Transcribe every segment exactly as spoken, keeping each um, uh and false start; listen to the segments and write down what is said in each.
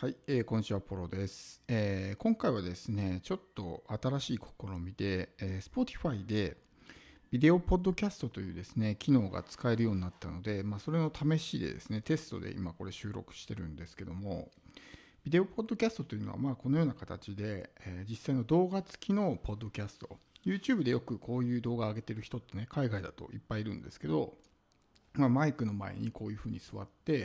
はい、えー、こんにちは、ポロです、えー今回はですね、ちょっと新しい試みで、えー Spotify でビデオポッドキャストというですね、機能が使えるようになったので、まあ、それの試しでですね、テストで今これ収録してるんですけども、ビデオポッドキャストというのは、まあ、このような形で、えー実際の動画付きのポッドキャスト、YouTube でよくこういう動画を上げてる人ってね、海外だといっぱいいるんですけど、まあ、マイクの前にこういうふうに座って、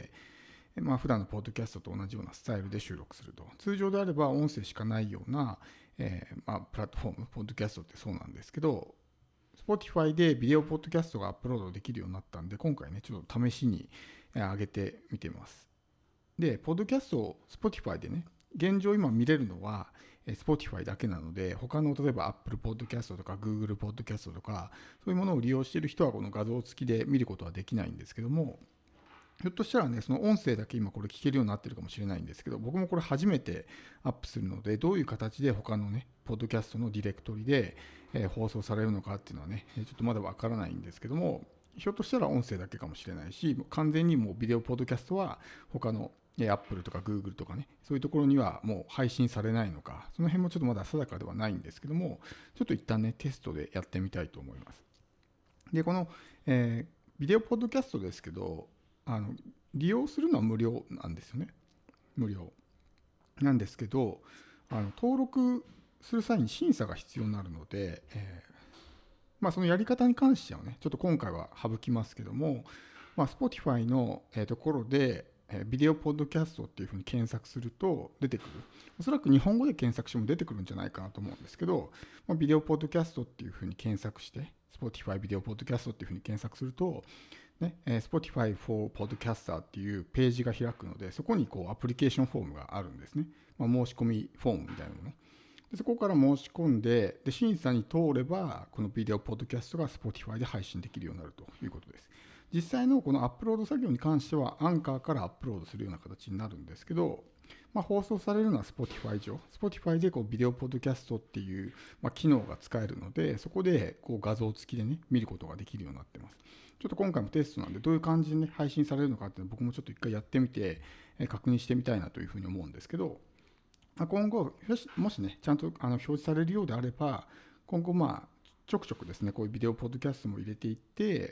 まあ、普段のポッドキャストと同じようなスタイルで収録すると。通常であれば音声しかないような、えーまあ、プラットフォーム、ポッドキャストってそうなんですけど、Spotify でビデオポッドキャストがアップロードできるようになったんで、今回ね、ちょっと試しに上げてみてます。で、ポッドキャストを Spotify でね、現状今見れるのは Spotify だけなので、他の例えば Apple Podcast とか Google Podcast とか、そういうものを利用している人はこの画像付きで見ることはできないんですけども、ひょっとしたらね、その音声だけ今これ聞けるようになってるかもしれないんですけど、僕もこれ初めてアップするので、どういう形で他のね、ポッドキャストのディレクトリで、えー放送されるのかっていうのはね、ちょっとまだわからないんですけども、ひょっとしたら音声だけかもしれないし、完全にもうビデオポッドキャストは他のえー Apple とか Google とかね、そういうところにはもう配信されないのか、その辺もちょっとまだ定かではないんですけども、ちょっと一旦ね、テストでやってみたいと思います。で、この、えービデオポッドキャストですけど、あの利用するのは無料なんですよね。無料なんですけど、あの登録する際に審査が必要になるので、えーまあ、そのやり方に関してはね、ちょっと今回は省きますけども、まあ、Spotify のえーところで、えービデオポッドキャストっていうふうに検索すると出てくる。おそらく日本語で検索しても出てくるんじゃないかなと思うんですけど、まあ、ビデオポッドキャストっていうふうに検索して、Spotify ビデオポッドキャストっていうふうに検索すると、ね、えー Spotify for Podcaster っていうページが開くので、そこにこうアプリケーションフォームがあるんですね。まあ、申し込みフォームみたいなもの。でそこから申し込んでで、審査に通れば、このビデオポッドキャストが Spotify で配信できるようになるということです。実際のこのアップロード作業に関しては、アンカーからアップロードするような形になるんですけど、まあ、放送されるのは Spotify 上、Spotify でこうビデオポッドキャストっていう、まあ、機能が使えるので、そこでこう画像付きでね、見ることができるようになってます。ちょっと今回もテストなんで、どういう感じで、ね、配信されるのかっていうのを僕もちょっと一回やってみて、え確認してみたいなというふうに思うんですけど、まあ今後、もしね、ちゃんとあの表示されるようであれば、今後、まあ、ちょくちょくですね、こういうビデオポッドキャストも入れていって、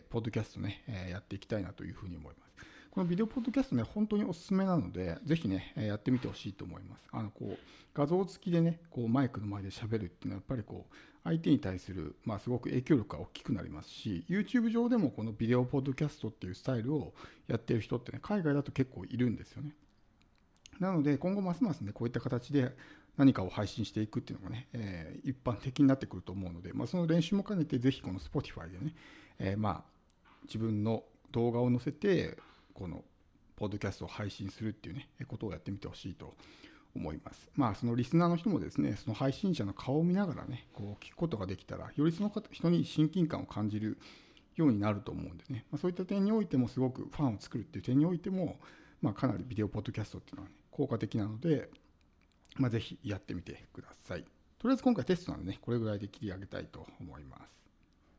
ポッドキャストね、えーやっていきたいなというふうに思います。このビデオポッドキャストね、本当におすすめなので、ぜひね、やってみてほしいと思います。あのこう画像付きでね、こうマイクの前で喋るっていうのは、やっぱりこう相手に対する、まあ、すごく影響力が大きくなりますし、YouTube 上でもこのビデオポッドキャストっていうスタイルをやってる人ってね、海外だと結構いるんですよね。なので、今後ますますね、こういった形で何かを配信していくっていうのがね、えー一般的になってくると思うので、まあ、その練習も兼ねて、ぜひこの Spotify でね、えーまあ自分の動画を載せて、このポッドキャストを配信するっていうね、ことをやってみてほしいと思います。まあ、そのリスナーの人もですね、その配信者の顔を見ながらね、こう聞くことができたら、よりその人に親近感を感じるようになると思うんでね、まあ、そういった点においても、すごくファンを作るっていう点においても、まあ、かなりビデオポッドキャストっていうのは、ね、効果的なので、まあ、ぜひやってみてください。とりあえず今回テストなんでね、これぐらいで切り上げたいと思います。